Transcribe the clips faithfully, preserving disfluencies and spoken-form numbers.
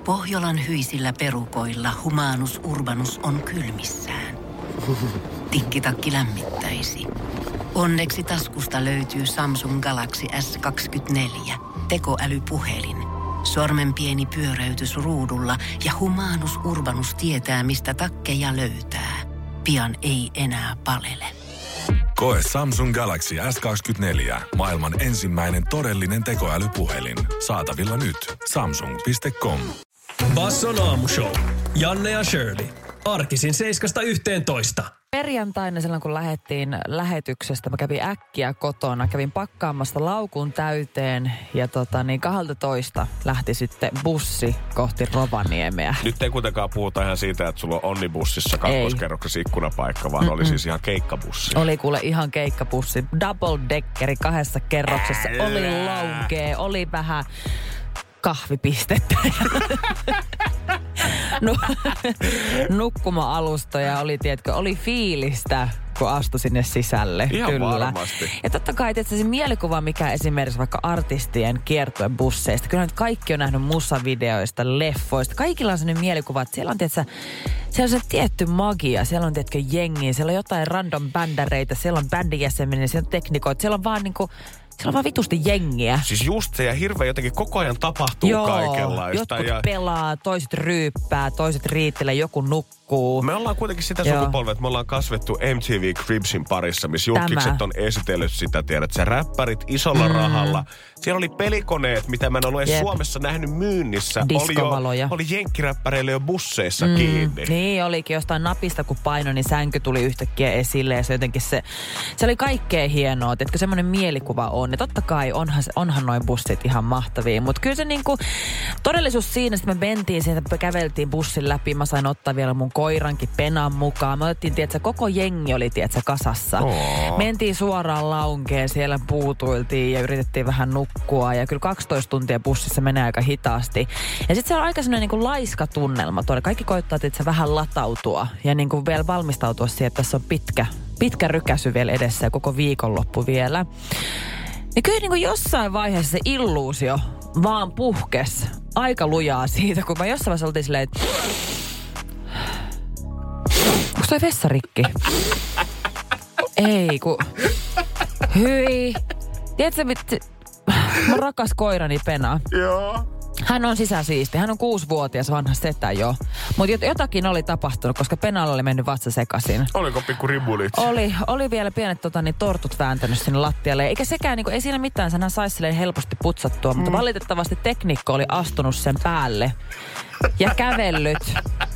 Pohjolan hyisillä perukoilla Humanus Urbanus on kylmissään. Tikkitakki lämmittäisi. Onneksi taskusta löytyy Samsung Galaxy S kaksikymmentäneljä, tekoälypuhelin. Sormen pieni pyöräytys ruudulla ja Humanus Urbanus tietää, mistä takkeja löytää. Pian ei enää palele. Koe Samsung Galaxy S kaksikymmentäneljä, maailman ensimmäinen todellinen tekoälypuhelin. Saatavilla nyt. samsung piste com. Basson aamushow. Janne ja Shirley. Arkisin seiskasta yhteentoista. Perjantaina silloin, kun lähdettiin lähetyksestä, mä kävin äkkiä kotona. Kävin pakkaamassa laukun täyteen ja tota niin kahdellatoista lähti sitten bussi kohti Rovaniemeä. Nyt ei kuitenkaan puhuta ihan siitä, että sulla on onnibussissa kakkoskerroksessa ikkunapaikka, vaan Mm-mm. oli siis ihan keikkabussi. Oli kuule ihan keikkabussi. Double deckeri kahdessa kerroksessa. Älä. Oli lonkee, oli vähän kahvipistettä. No, nukkuma-alustoja oli, tiedätkö, oli fiilistä, kun astui sinne sisälle. Ihan kyllä. Varmasti. Ja totta kai, tietysti se mielikuva, mikä esimerkiksi vaikka artistien kiertuebusseista. Kyllä nyt kaikki on nähnyt musavideoista, leffoista. Kaikilla on sellainen mielikuva, että siellä on, tiedätkö, siellä on se tietty magia. Siellä on, tiedätkö, jengiä, siellä on jotain random bändäreitä, siellä on bändijäseniä, siellä on teknikoita. Siellä on vaan niinku... Siellä on vaan vitusti jengiä. Siis just se, ja hirveän jotenkin koko ajan tapahtuu Joo, kaikenlaista. Jotkut ja... pelaa, toiset ryyppää, toiset riittelee, joku nukkuu. Me ollaan kuitenkin sitä Joo. sukupolvea, että me ollaan kasvettu M T V Cribsin parissa, missä julkikset Tämä. on esitellyt sitä, tiedät sä, räppärit isolla mm. rahalla. Siellä oli pelikoneet, mitä mä en ollut edes Jep. Suomessa nähnyt myynnissä. Diskovaloja. Oli, jo, oli jenkkiräppäreille jo busseissa mm. kiinni. Niin olikin, jostain napista kun paino, niin sänky tuli yhtäkkiä esille ja se jotenkin se, se oli kaikkea hienoa, että semmoinen mielikuva on. Ja totta kai onhan, onhan noin bussit ihan mahtavia, mutta kyllä se niinku, todellisuus siinä, että me mentiin siitä, käveltiin bussin läpi, mä sain ottaa vielä mun koirankin Penan mukaan. Me otettiin, tietsä, koko jengi oli, tietsä, kasassa. Oh. Mentiin suoraan launkeen, siellä puutuiltiin ja yritettiin vähän nukkua ja kyllä kaksitoista tuntia bussissa menee aika hitaasti. Ja sitten se on aika semmoinen niinku laiska tunnelma. Tuolla kaikki koittaa, että vähän latautua ja niinku vielä valmistautua siihen, että tässä on pitkä, pitkä rykäsy vielä edessä ja koko viikonloppu vielä. Ja kyllä niin kuin jossain vaiheessa se illuusio vaan puhkes aika lujaa siitä, kun mä jossain vaiheessa oltiin silleen, että onko toi vessarikki? Ei, kun hyi. Tiedätkö, mit... mun rakas koirani Pena. Joo. Hän on sisäsiisti. Hän on kuusivuotias vanha setä jo. Mutta jotakin oli tapahtunut, koska Penalla oli mennyt vatsa sekaisin. Oliko pikku ribulit? Oli, oli vielä pienet tota, niin, tortut vääntänyt sinne lattialle. Eikä sekään, niin kuin, ei siinä mitään, hän saisi silleen helposti putsattua. Mm. Mutta valitettavasti teknikko oli astunut sen päälle ja kävellyt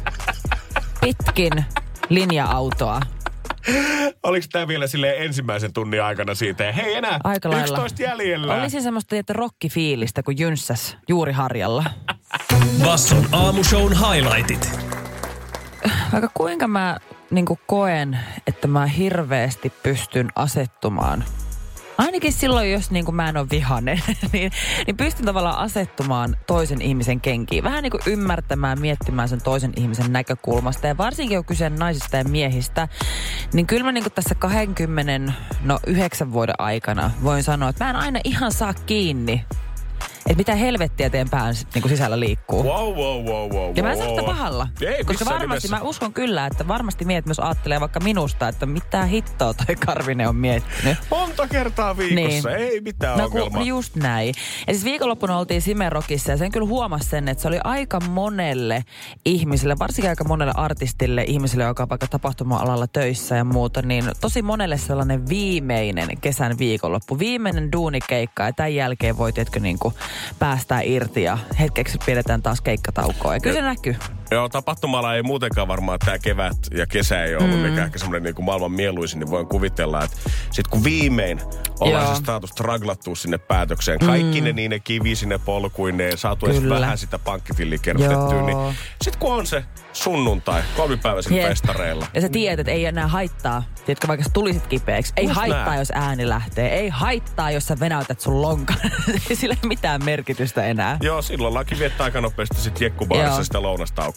pitkin linja-autoa. Oliko tämä vielä silleen ensimmäisen tunnin aikana siitä? Ja hei, enää aika yksitoista jäljellä. Oli siinä semmoista että rokkifiilistä, kun jynssäs juuri harjalla. Basson aamushown highlightit. Vaikka kuinka mä niin kuin koen, että mä hirveästi pystyn asettumaan. Ainakin silloin, jos niin kuin mä en ole vihainen, niin, niin pystyn tavallaan asettumaan toisen ihmisen kenkiin. Vähän niin kuin ymmärtämään, miettimään sen toisen ihmisen näkökulmasta. Ja varsinkin kun kyse naisista ja miehistä, niin kyllä mä niin kuin tässä kaksikymmentäyhdeksän vuoden aikana voin sanoa, että mä en aina ihan saa kiinni. Että mitä helvettiä teidän pään niin kuin sisällä liikkuu. Wow, wow, wow, wow. Ja mä en sano sitä pahalla. Ei, koska varmasti nimessä. Mä uskon kyllä, että varmasti miehet myös ajattelee vaikka minusta, että mitä hittoa toi Karvinen on miettinyt. Monta kertaa viikossa, niin. Ei mitään no, ongelmaa. No just näin. Ja siis viikonloppuna oltiin Simerokissa ja sen kyllä huomasi sen, että se oli aika monelle ihmiselle, varsinkin aika monelle artistille, ihmiselle, joka on vaikka tapahtuma-alalla töissä ja muuta, niin tosi monelle sellainen viimeinen kesän viikonloppu, viimeinen duunikeikka ja tämän jälkeen voi, tiedätkö, niin kuin päästään irti ja hetkeksi pidetään taas keikkataukoa. Ja kyllä se näkyy. Joo, tapahtumalla ei muutenkaan varmaan tämä kevät ja kesä ei ollut mm. mikä ehkä semmoinen niin kuin maailman mieluisin, niin voin kuvitella, että sit kun viimein ollaan se status straglattua sinne päätökseen, kaikki mm. ne niin ne kivisine polkuineen, saatu edes vähän sitä pankkifilliä kerrostettua, niin sit kun on se sunnuntai, kolmipäiväisillä yep. festareilla. Ja sä tiedät, että ei enää haittaa. Tiedätkö, vaikka sä tulisit kipeäksi. Ei Just haittaa, näin. jos ääni lähtee. Ei haittaa, jos sä venäytät sun lonkan. Sillä ei mitään merkitystä enää. Joo, silloin laki viettää aika nopeasti sit jekkubaarissa sitä lounastaukoa.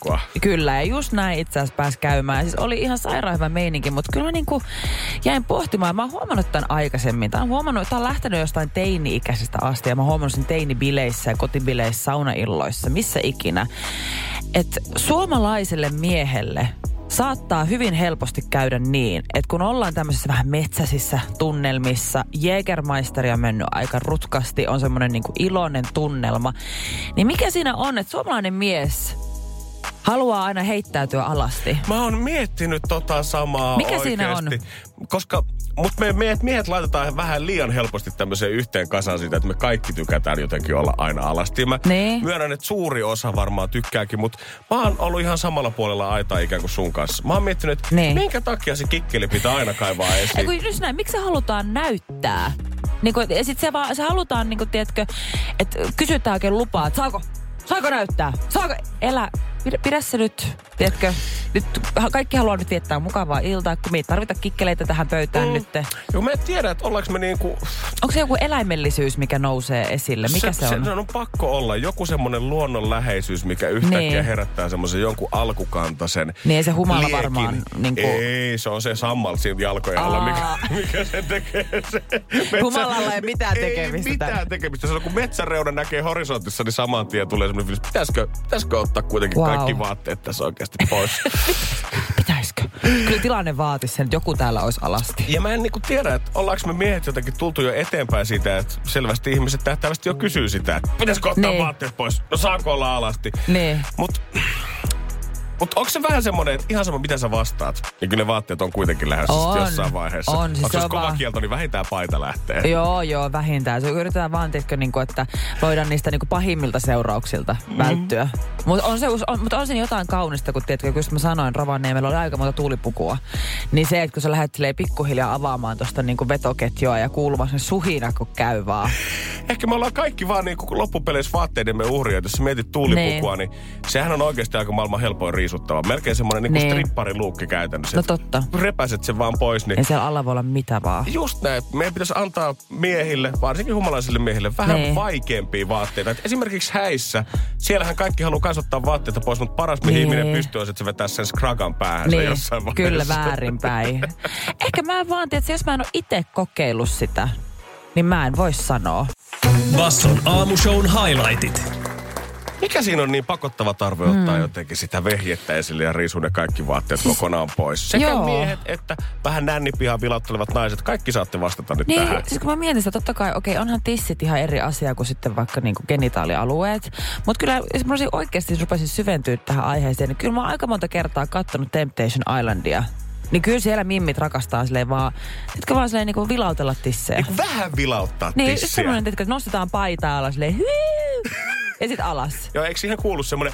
laskua. Kyllä, ja just näin itse asiassa pääsi käymään. Siis oli ihan sairaan hyvä meininki, mutta kyllä mä niinku jäin pohtimaan. Mä oon huomannut tämän aikaisemmin. Tää on huomannut, että tää on lähtenyt jostain teini-ikäisestä asti. Ja mä oon huomannut sen teinibileissä ja kotibileissä, saunailloissa, missä ikinä. Että suomalaiselle miehelle saattaa hyvin helposti käydä niin, että kun ollaan tämmöisissä vähän metsäisissä tunnelmissa, Jägermeisteria on mennyt aika rutkasti, on semmoinen niinku iloinen tunnelma, niin mikä siinä on, että suomalainen mies haluaa aina heittäytyä alasti? Mä oon miettinyt tota samaa mikä oikeasti. Siinä on? Koska mut me, me miehet laitetaan vähän liian helposti tämmöiseen yhteen kasaan siitä, että me kaikki tykätään jotenkin olla aina alasti. Mä nee. myönnän, että suuri osa varmaan tykkääkin, mutta mä oon ollut ihan samalla puolella aitaa ikään kuin sun kanssa. Mä oon miettinyt, että nee. minkä takia se kikkeli pitää aina kaivaa esiin. Ei kun just näin, miksi se halutaan näyttää? Niin kun, ja sit se, vaan, se halutaan, niin kun, tiedätkö, että kysytään oikein lupaa, että saako, saako näyttää? Saako, elä, pidä, pidä se nyt, tiedätkö? Nyt kaikki haluaa nyt viettää mukavaa iltaa, kun me ei tarvita kikkeleitä tähän pöytään mm. nyt. Joo, mä en tiedä, että ollaanko me niinku... Onko se joku eläimellisyys, mikä nousee esille? Mikä se, se on? Se on pakko olla. Joku semmoinen luonnonläheisyys, mikä yhtäkkiä niin. herättää semmoisen jonkun alkukantaisen niin ei se humala liekin. Varmaan. Niin kuin... Ei, se on se sammal siinä jalkojen alla, mikä, mikä se tekee. Se metsä... Humalalla ei mitään tekemistä. Ei mitään tekemistä. Se on kun metsäreuna näkee horisontissa, niin saman tien tulee semmoinen fiilis, pitäisikö, pitäisikö ottaa kuitenkin wow. kaikki vaatteet tässä oikeasti pois. Pitäisikö? Kyllä tilanne vaatisi sen, että joku täällä olisi alasti. Ja mä en niinku tiedä, että ollaanko me miehet jotenkin tultu jo eteenpäin siitä, että selvästi ihmiset tähtävästi jo kysyy sitä, että pitäisikö ottaa nee. vaatteet pois? No saako olla alasti? Nee. Mut, mut onko se vähän semmoinen, että ihan sama mitä sä vastaat, niin kyllä ne vaatteet on kuitenkin lähdössä on, jossain vaiheessa. On, siis onko se kova vaan... kielto, niin vähintään paita lähtee. Joo, joo, vähintään. Se yritetään vaan, tiedätkö, niin kuin, että voidaan niistä niin kuin pahimmilta seurauksilta mm. välttyä. Mutta on, se, on, mut on siinä jotain kaunista, kun tiedätkö, kun mä sanoin, Rovaniemellä oli aika monta tuulipukua. Niin se, että kun sä lähdet pikkuhiljaa avaamaan tuosta niin kuin vetoketjua ja kuulumaan sen suhina, kun käy vaan. Ehkä me ollaan kaikki vaan niin kuin loppupeleissä vaatteidemme uhria. Jos sä mietit tuulipukua, niin. niin sehän on oikeasti aika maailman helpoin riisuttava. Melkein semmoinen niin kuin strippariluukki käytännössä. No totta. Repäset sen vaan pois. Niin... Ja siellä alla voi olla mitä vaan. Just näin. Meidän pitäisi antaa miehille, varsinkin humalaisille miehille, vähän nee. vaikeampia vaatteita. Et esimerkiksi häissä, siellähän kaikki haluaa kanssa ottaa vaatteita pois, mutta paras mihin nee. ihminen pystyy on, että se vetää sen skragan päähän nee. jossain vaiheessa. Kyllä väärinpäin. Ehkä mä vaan tiedän, että jos mä en ole itse kokeillut sitä, niin mä en voi sanoa. Basson aamushown highlightit. Mikä siinä on niin pakottava tarve ottaa mm. jotenkin sitä vehjettä esille ja riisun ne kaikki vaatteet siis, kokonaan pois? Sekä joo. miehet että vähän nännipihan vilauttelevat naiset, kaikki saatte vastata nyt niin, tähän. Siis kun mä mietin sitä, totta kai, okei, onhan tissit ihan eri asia kuin sitten vaikka niinku genitaalialueet. Mutta kyllä, jos mä olisin oikeasti rupesin syventyä tähän aiheeseen, niin kyllä mä oon aika monta kertaa katsonut Temptation Islandia. Niin kyllä siellä mimmit rakastaa silleen vaan, etkö vaan silleen niinku vilautella tissejä. Niin vähän vilauttaa niin, tissiä. Niin, semmoinen, että nostetaan paitaa alas silleen, hyy, ja sit alas. Joo, eikö siihen kuulu semmoinen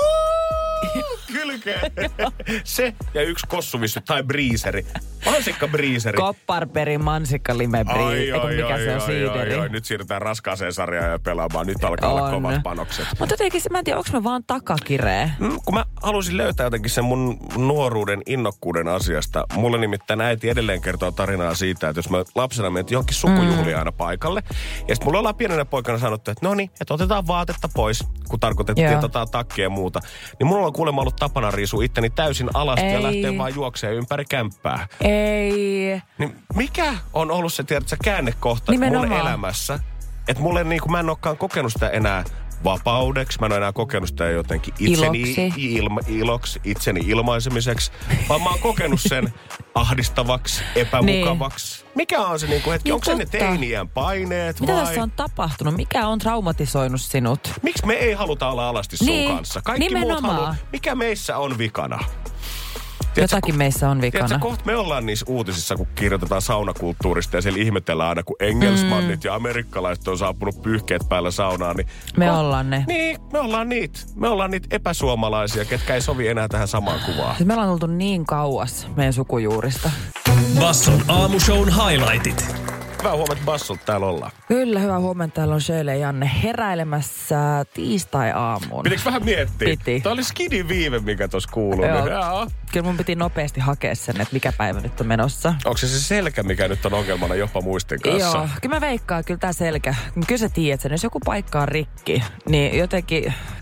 kylkeä? Se ja yksi kossuvissu tai briiseri. Mansikka briiseri. Kopparperi mansikka lime briiseri. Eikö mikä oi, se on oi, siideri? oi, oi. Nyt siirrytään raskaaseen sarjaan ja pelaamaan. Nyt alkaa on. olla kovat panokset. Mutta jotenkin, mä en tiedä, onko mä vaan takakireä? Mm, kun mä halusin löytää jotenkin sen mun nuoruuden innokkuuden asiasta. Mulle nimittäin äiti edelleen kertoo tarinaa siitä, että jos mä lapsena menin johonkin sukujuhliin mm. aina paikalle. Ja sitten mulla ollaan pienenä poikana sanottu, että no niin, että otetaan vaatetta pois, kun tarkoitettiin, että otetaan takkia ja muuta. Niin mulla on kuulemma ollut tapana riisua itteni täysin alasti Ei. ja lähteä vaan juokseen ympäri kämppää. Ei. Niin mikä on ollut se, tiedätkö, käännekohta Nimenomaan. mun elämässä? Että mulle niin kuin mä en olekaan kokenut sitä enää vapaudeksi. Mä en ole enää kokenut sitä jotenkin itseni iloksi, ilma, iloksi itseni ilmaisemiseksi. Vaan mä oon kokenut sen ahdistavaksi, epämukavaksi. Niin. Mikä on se niin kuin hetki? Niin, onko se ne teiniän paineet Mitä vai? tässä on tapahtunut? Mikä on traumatisoinut sinut? Miksi me ei haluta olla alasti sun niin. kanssa? Kaikki Nimenomaan. muut haluaa. Mikä meissä on vikana? Jotakin tiedätkö, meissä on vikana. Tiedätkö, kohta me ollaan niissä uutisissa, kun kirjoitetaan saunakulttuurista ja siellä ihmetellään aina, kun engelsmannit mm. ja amerikkalaiset on saapunut pyyhkeet päällä saunaan. Niin me kohta, ollaan ne. Niin, me ollaan niitä. Me ollaan niitä epäsuomalaisia, ketkä ei sovi enää tähän samaan kuvaan. Me ollaan oltu niin kauas meidän sukujuurista. Basson aamushown highlightit. Hyvää huomenta, Bassolta täällä ollaan. Kyllä, hyvää huomenta. Täällä on Shirley ja Janne heräilemässä tiistai-aamuun. Pitikö vähän miettiä? Piti. Tämä oli skidin viive, mikä tuossa kuuluu. Joo. Niin, jaa. Kyllä mun piti nopeasti hakea sen, että mikä päivä nyt on menossa. Onko se se selkä, mikä nyt on ongelmana jopa muistin kanssa? Joo, kyllä mä veikkaan, kyllä tää selkä. Kyllä sä tiedät sen, jos joku paikka on rikki, niin jotenkin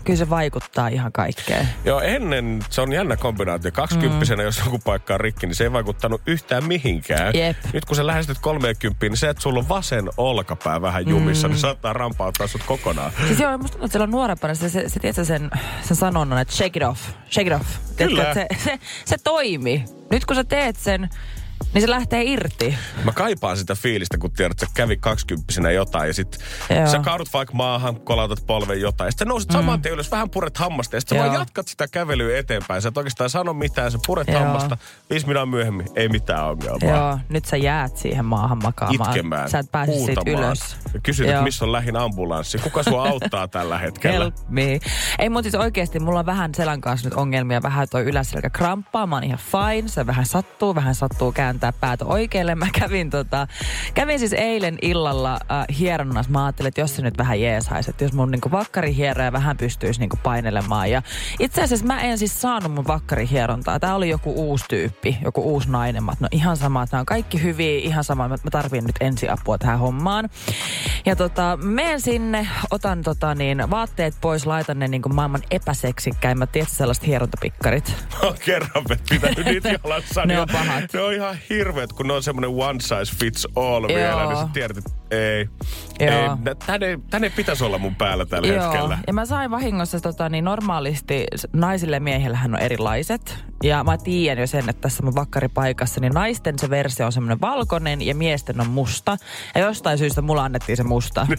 kyllä se vaikuttaa ihan kaikkeen. Joo, ennen se on jännä kombinaatio. Kaksikymppisenä, mm. jos joku paikka on rikki, niin se ei vaikuttanut yhtään mihinkään. Jep. Nyt kun sä lähestyt kolmekymppiä, niin se, että sulla on vasen olkapää vähän jumissa, mm. niin saattaa rampauttaa sut kokonaan. Siis joo, musta tuntuu, että siellä on nuorempana se, se, se, se, sen, sen sanonnan, että shake it off, shake it off. Kyllä. Se, se, se toimi. Nyt kun sä teet sen, niin se lähtee irti. Mä kaipaan sitä fiilistä, kun tiedät, että sä kävi kaksikymppisenä jotain ja sit Joo. sä kaadut vaikka maahan, kolautat polven jotain. Ja sit sä nousit mm. saman tien ylös, vähän puret hammasta ja sit sä Joo. vaan jatkat sitä kävelyä eteenpäin. Sä et oikeastaan sano mitään, sä puret Joo. hammasta. Viisi minuuttia myöhemmin, ei mitään ongelmaa. Joo, nyt sä jäät siihen maahan makaamaan. Itkemään, sä et pääse siitä ylös. Ja kysyt, että missä on lähin ambulanssi. Kuka sua auttaa tällä hetkellä? Help me. Ei, mutta siis oikeesti mulla on vähän selän kanssa nyt ongelmia. Vähän toi yläselkä kramppaa. Mä oon ihan fine. Se vähän sattuu, vähän sattuu kääntää päätä oikealle. Mä kävin, tota, kävin siis eilen illalla äh, hieronnassa. Mä ajattelin, että jos se nyt vähän jeesaisi, että jos mun niinku vakkarihieroja vähän pystyisi niinku painelemaan. Ja itse asiassa mä en siis saanut mun vakkarihierontaa. Tää oli joku uusi tyyppi, joku uusi nainen. Mä, no ihan sama, että nämä on kaikki hyviä, ihan sama. Mä, mä tarvin nyt ensiapua tähän hommaan. Ja tota, menen sinne, otan tota niin, vaatteet pois, laitan ne niinku maailman epäseksikkäimmät, tiedätkö sellaiset hierontapikkarit? Kerran pitänyt niitä jalassa. Ne on pahat. Ne on ihan hirveet, kun ne on semmoinen one size fits all vielä, niin sä tiedät, että ei. ei tän, ei tän ei pitäisi olla mun päällä tällä Joo. hetkellä. Ja mä sain vahingossa tota, niin normaalisti naisille ja miehillähän on erilaiset. Ja mä tiedän jo sen, että tässä mun vakkaripaikassa, niin naisten se versio on semmoinen valkoinen ja miesten on musta. Ja jostain syystä mulla annettiin se musta.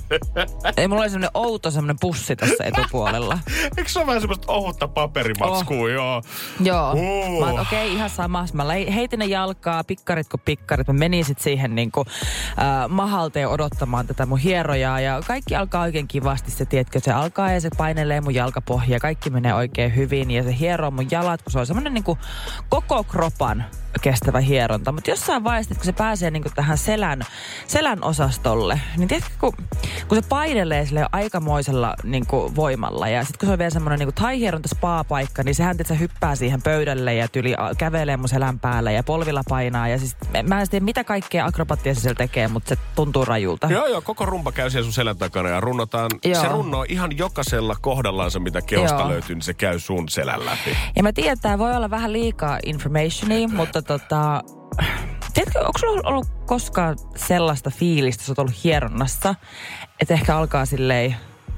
Ja mulla oli semmoinen outo semmoinen pussi tässä etupuolella. Eikö se ole vähän semmoista ohutta paperimatskua, oh. joo? Joo. Uh. Mä okei, okay, ihan sama. Mä heitin ne jalkaa, pikkarit kuin pikkarit. Mä menin sit siihen niinku äh, mahalteen odottamaan tätä mun hierojaa. Ja kaikki alkaa oikein kivasti. Se, tiedätkö, se alkaa ja se painelee mun jalkapohjaa. Kaikki menee oikein hyvin. Ja se hieroo mun jalat, kun se on semmoinen niinku koko kropan kestävä hieronta. Mutta jossain vaiheessa, kun se pääsee niinku tähän selän, selän osastolle, niin tiedätkö, kun, kun se painelee sille aikamoisella niinku voimalla. Ja sitten kun se on vielä semmoinen niinku thai-hieronta spa-paikka, niin sehän tietysti hyppää siihen pöydälle ja tyli kävelee mun selän päällä ja polvilla painaa. Ja siis mä en tiedä, mitä kaikkea akrobattia se siellä tekee, mutta se tuntuu rajulta. Joo, joo, koko rumpa käy siellä sun selän takana ja runnotaan. Joo. Se runnoo ihan jokaisella kohdallaansa, mitä kehosta joo. löytyy, niin se käy sun selän läpi. Ja mä tiedän, että tää voi olla vähän liikaa informationia, mutta tota... Tiedätkö, onko sulla ollut koskaan sellaista fiilistä, sä oot ollut hieronnassa, että ehkä alkaa silleen...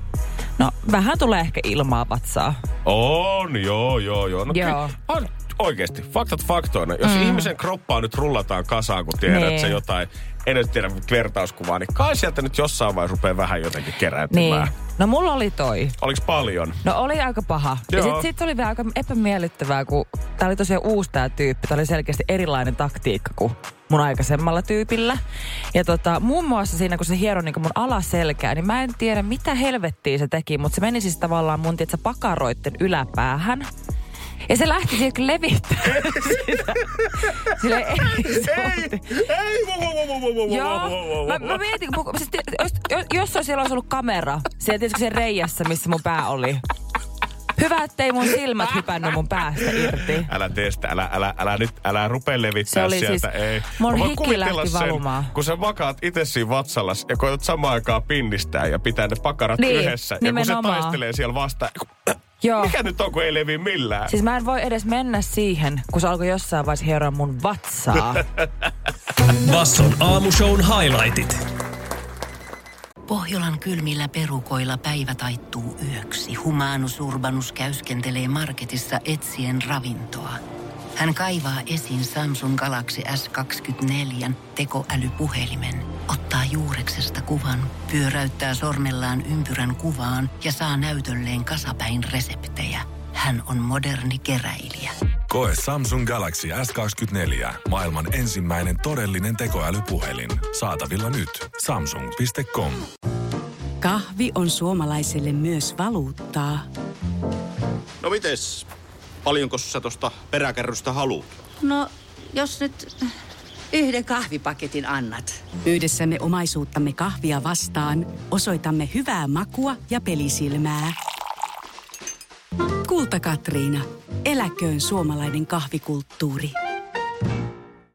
No, vähän tulee ehkä ilmaa vatsaa. On, joo, joo, joo. No joo. Ky- on, oikeesti, faktat faktoina. Jos mm. ihmisen kroppaa nyt rullataan kasaan, kun tiedät, että se jotain... En nyt tiedä vertauskuvaa, niin kai sieltä nyt jossain vaiheessa rupeaa vähän jotenkin kerääntymään. Niin. No mulla oli toi. Oliks paljon? No oli aika paha. Joo. Ja sit, sit oli vielä aika epämiellyttävää, kun tää oli tosiaan uusi tää tyyppi. Tää oli selkeästi erilainen taktiikka kuin mun aikaisemmalla tyypillä. Ja tota, muun muassa siinä, kun se hieroi niin mun alaselkää, niin mä en tiedä mitä helvettiä se teki, mutta se meni siis tavallaan mun, tiedätkö, pakaroitten yläpäähän. Ja se lähti sieltä levittämään sitä. Silleen ei Ei, ei, Joo, mä, mä mietin, kun, siis, jos, jos siellä olisi ollut kamera, siellä tietysti se reijässä, missä mun pää oli. Hyvä, ettei mun silmät hypännyt mun päästä irti. Älä tee sitä, älä, älä, älä nyt, älä rupea levittää sieltä, siis, ei. Mun hiki lähti valumaan. Kun sä vakaat itse siinä vatsallas ja koetat samaan aikaan pindistää ja pitää ne pakarat niin, yhdessä. Nimenomaan. Ja kun se taistelee siellä vastaan, Joo. Mikä nyt on, kun ei levi millään? Siis mä en voi edes mennä siihen, kun se alkoi jossain vaiheessa hieroa mun vatsaa. Basson aamushown highlightit. Pohjolan kylmillä perukoilla päivä taittuu yöksi. Humanus Urbanus käyskentelee marketissa etsien ravintoa. Hän kaivaa esiin Samsung Galaxy S kaksikymmentäneljä tekoälypuhelimen, ottaa juureksesta kuvan, pyöräyttää sormellaan ympyrän kuvaan ja saa näytölleen kasapäin reseptejä. Hän on moderni keräilijä. Koe Samsung Galaxy S kaksikymmentäneljä, maailman ensimmäinen todellinen tekoälypuhelin. Saatavilla nyt. samsung piste com. Kahvi on suomalaiselle myös valuuttaa. No mites? Paljonko sä tosta peräkärrystä haluat? No, jos nyt yhden kahvipaketin annat. Yhdessämme omaisuuttamme kahvia vastaan osoitamme hyvää makua ja pelisilmää. Kulta Katriina. Eläköön suomalainen kahvikulttuuri.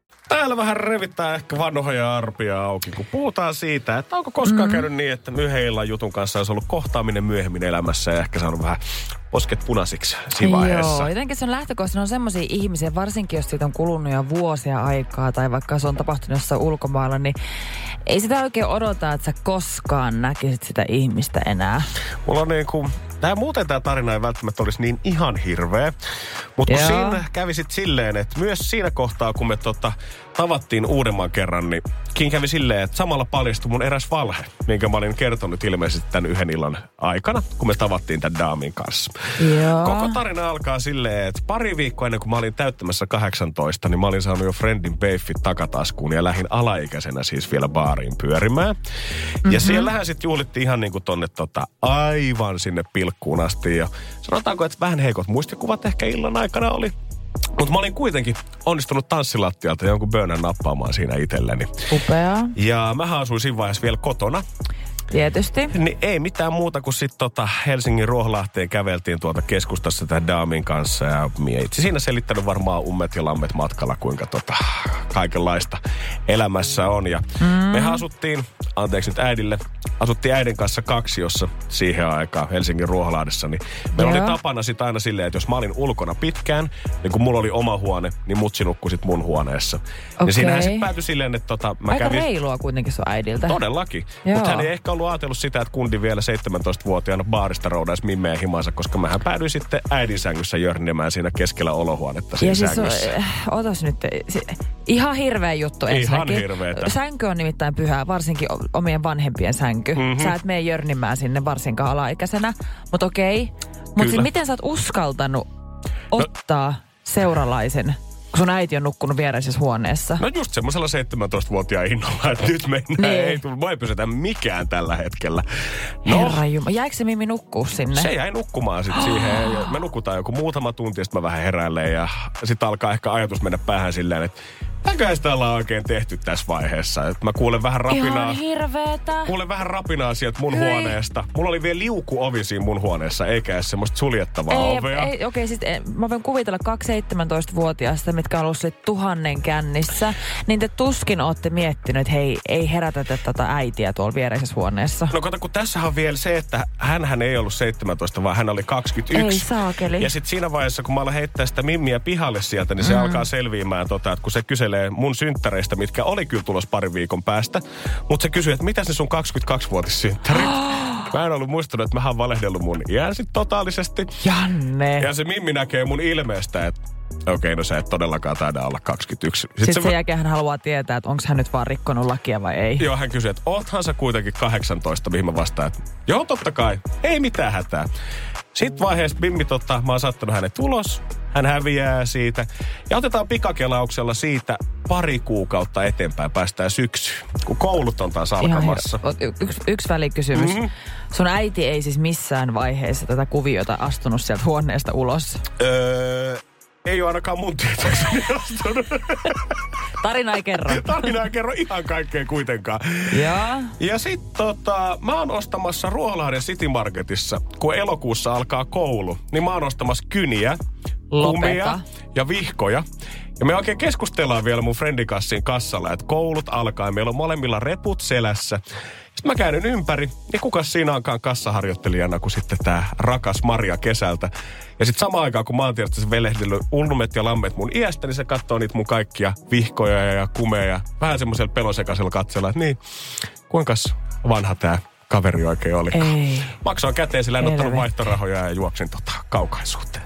täällä vähän revittää ehkä vanhoja arpia auki, kun puhutaan siitä, että onko koskaan mm. käynyt niin, että yhden illan jutun kanssa olisi ollut kohtaaminen myöhemmin elämässä ja ehkä saanut vähän posket punaisiksi siinä vaiheessa. Joo, jotenkin se on lähtökohtaisesti on semmoisia ihmisiä, varsinkin jos siitä on kulunut jo vuosia aikaa tai vaikka se on tapahtunut jossain ulkomailla, niin ei sitä oikein odota, että sä koskaan näkisit sitä ihmistä enää. Mulla on niin kuin, tää muuten tää tarina ei välttämättä olisi niin ihan hirveä, mutta kun siinä kävi sit silleen, että myös siinä kohtaa, kun me tota, tavattiin uudemman kerran, niin Kiin kävi silleen, että samalla paljastui mun eräs valhe, minkä mä olin kertonut ilmeisesti tämän yhden illan aikana, kun me tavattiin tämän daamin kanssa. Joo. Koko tarina alkaa silleen, että pari viikkoa ennen kuin mä olin täyttämässä kahdeksantoista, niin mä olin saanut jo friendin beiffit takataskuun ja lähdin alaikäisenä siis vielä baariin pyörimään. Mm-hmm. Ja siellähän sitten juhlittiin ihan niin kuin tonne tota, aivan sinne pilkkuun asti. Ja sanotaanko, että vähän heikot muistikuvat ehkä illan aikana oli. Mutta mä olin kuitenkin onnistunut tanssilattialta jonkun bönän nappaamaan siinä itselleni. Upeaa. Ja mä asuin siinä vaiheessa vielä kotona. Tietysti. Niin ei mitään muuta kuin sitten tota Helsingin Ruoholahteen käveltiin tuolta keskustassa tämän daamin kanssa. Ja itse siinä selittänyt varmaan ummet ja lammet matkalla, kuinka tota kaikenlaista elämässä on. Ja mm. me asuttiin, anteeksi nyt äidille, asuttiin äidin kanssa kaksiossa siihen aikaan Helsingin Ruoholahdessa. Niin meillä oli tapana sitten aina silleen, että jos mä olin ulkona pitkään, niin kun mulla oli oma huone, niin mutsi nukkui sit mun huoneessa. Okay. Ja siinähän sitten päätyi silleen, että tota, mä aika kävin... reilua kuitenkin sun äidiltä. Todellakin. Mutta hän ei ehkä ollut ajatellut sitä, että kundi vielä seitsemäntoistavuotiaana baarista roudaisi mimmeä himansa, koska mähän päädyin sitten äidin sängyssä jörnemään siinä keskellä olohuonetta siinä ja sängyssä. Siis on, otas nyt, se, ihan hirveä juttu ensinnäkin. Ihan hirveetä. Sänky on nimittäin pyhää, varsinkin omien vanhempien sänky. Mm-hmm. Sä et mene jörnimään sinne varsinkaan alaikäisenä, mutta okei. Mutta miten sä oot uskaltanut ottaa no. seuralaisen, kun sun äiti on nukkunut viereisessä huoneessa? No just semmoisella seitsemäntoistavuotiaan innolla, että nyt mennään. Niin. Ei tullut, voi pysytä mikään tällä hetkellä. No, Herra Jumala, jäikö se Mimmi nukkuu sinne? Se jäi nukkumaan sitten siihen. Me nukutaan joku muutama tunti, sitten mä vähän heräilen ja sitten alkaa ehkä ajatus mennä päähän silleen, että mitäköhän sitä ollaan oikein tehty tässä vaiheessa. Et mä kuulen vähän rapinaa. Ihan hirveetä. Kuulen vähän rapinaa sieltä mun Hyi. huoneesta. Mulla oli vielä liukuovi siinä mun huoneessa, eikä edes semmoista suljettavaa ei, ovea. Ei, okei, okay, sitten mä voin kuvitella kaksi seitsemäntoistavuotiaista, mitkä on ollut sit tuhannen kännissä. Niin te tuskin ootte miettinyt, että hei, ei herätetä tätä äitiä tuolla viereisessä huoneessa. No kato, kun tässähän on vielä se, että hänhän ei ollut seitsemäntoista, vaan hän oli kaksikymmentäyksi. Ei saakeli. Ja sitten siinä vaiheessa, kun mä aloin heittää sitä Mimmiä pihalle sieltä, niin se mm. alkaa selviämään tota, että kun se kyselee mun synttäreistä, mitkä oli kyllä tulos parin viikon päästä. Mutta se kysyi, että mitä se sun kaksikymmentäkaksivuotissynttärit? Mä en ollut muistanut, että mä oon valehdellut mun iän sit totaalisesti. Janne. Ja se Mimmi näkee mun ilmeestä, että okei, okay, no sä et todellakaan taida olla kaksikymmentäyksi. Sitten, Sitten se sen jälkeen hän haluaa tietää, että onko hän nyt vaan rikkonut lakia vai ei. Joo, hän kysyi, että oothan sä kuitenkin kahdeksantoista, mihin mä vastaan, että joo, totta kai, ei mitään hätää. Sitten vaiheessa Mimmi, tota, mä oon saattanut hänet ulos, hän häviää siitä. Ja otetaan pikakelauksella siitä pari kuukautta eteenpäin, päästään syksyyn, kun koulut on taas alkamassa. Yksi yks välikysymys. Mm-hmm. Sun äiti ei siis missään vaiheessa tätä kuviota astunut sieltä huoneesta ulos? Öö... Ei ole ainakaan mun tietääkseni astunut. Tarina ei kerro. Tarina ei kerro ihan kaikkea kuitenkaan. Ja, ja sit tota, mä oon ostamassa Ruoholahden City Marketissa, kun elokuussa alkaa koulu, niin mä oon ostamassa kyniä, kumia ja vihkoja. Ja me oikein keskustellaan vielä mun friendikassin kassalla, että koulut alkaa ja meillä on molemmilla reput selässä. Sitten mä käyn ympäri, ja kukas siinä onkaan kassaharjoittelijana kuin sitten tää rakas Maria kesältä. Ja sitten samaan aikaan, kun mä oon tietysti velehdellyt ulmet ja lammet mun iästä, niin se katsoo niitä mun kaikkia vihkoja ja kumeja. Vähän semmoisella pelosekaisella katsella, että niin, kuinkas vanha tää kaveri oikein oli. Ei. Maksoin käteen, sillä en ottanut vaihtorahoja ja juoksin tota kaukaisuuteen.